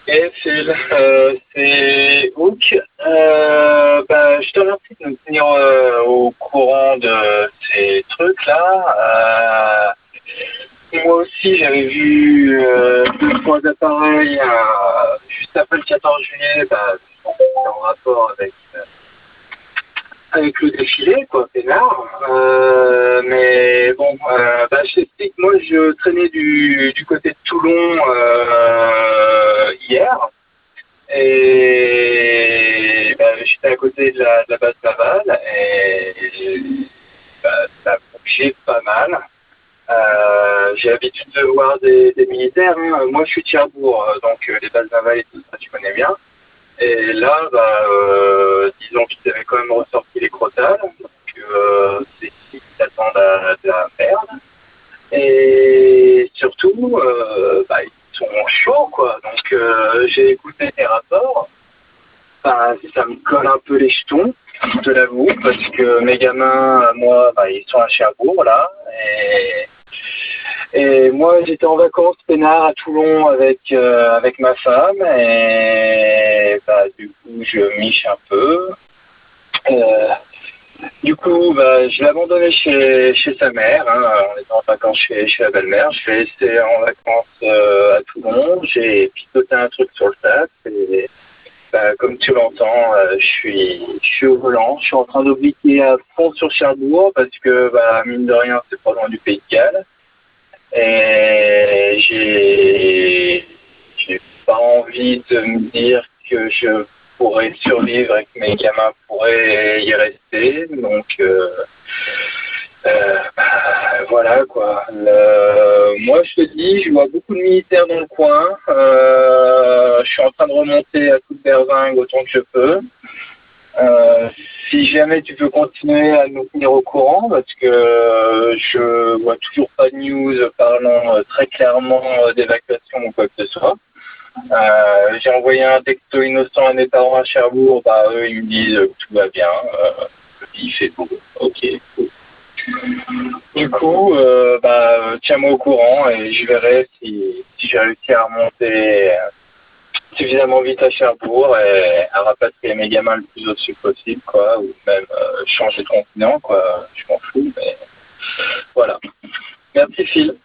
Et Phil, c'est Hook. Je te remercie de nous tenir au courant de ces trucs-là. Moi aussi, j'avais vu deux fois d'appareil juste après le 14 juillet, en rapport avec le défilé, quoi, peinard. Mais bon, je t'explique, moi je traînais du côté de Toulon hier, et j'étais à côté de la base navale, et ça a bougé pas mal. J'ai l'habitude de voir des militaires, hein. Moi je suis de Cherbourg, donc les bases navales et tout ça, tu connais bien. Et là, disons qu'ils avaient quand même ressorti les crotales, donc c'est ici qui attendent de la merde. Et surtout, ils sont chauds, quoi. Donc j'ai écouté les rapports, ça me colle un peu les jetons, je te l'avoue, parce que mes gamins, moi, ils sont à Cherbourg, là, et moi, j'étais en vacances peinard à Toulon avec ma femme, et du coup, je miche un peu. Du coup, je l'ai abandonné chez sa mère, hein. On était en vacances chez la belle-mère. Je l'ai laissé en vacances à Toulon. J'ai piloté un truc sur le tas. Et comme tu l'entends, je suis au volant. Je suis en train d'obliquer à fond sur Cherbourg parce que, mine de rien, c'est pas loin du Pays de Galles. Et j'ai pas envie de me dire que je pourrais survivre et que mes gamins pourraient y rester. Donc, voilà quoi. Moi, je te dis, je vois beaucoup de militaires dans le coin. Je suis en train de remonter à toute berzingue autant que je peux. Si jamais tu peux continuer à nous tenir au courant, parce que je vois toujours pas de news parlant très clairement d'évacuation ou quoi que ce soit. J'ai envoyé un texto innocent à mes parents à Cherbourg, eux ils me disent que tout va bien, il fait beau, ok. Du coup, tiens-moi au courant et je verrai si j'ai réussi à remonter suffisamment vite à Cherbourg et à rapatrier mes gamins le plus au sud possible, quoi, ou même changer de continent, quoi, je m'en fous, mais voilà. Merci Phil.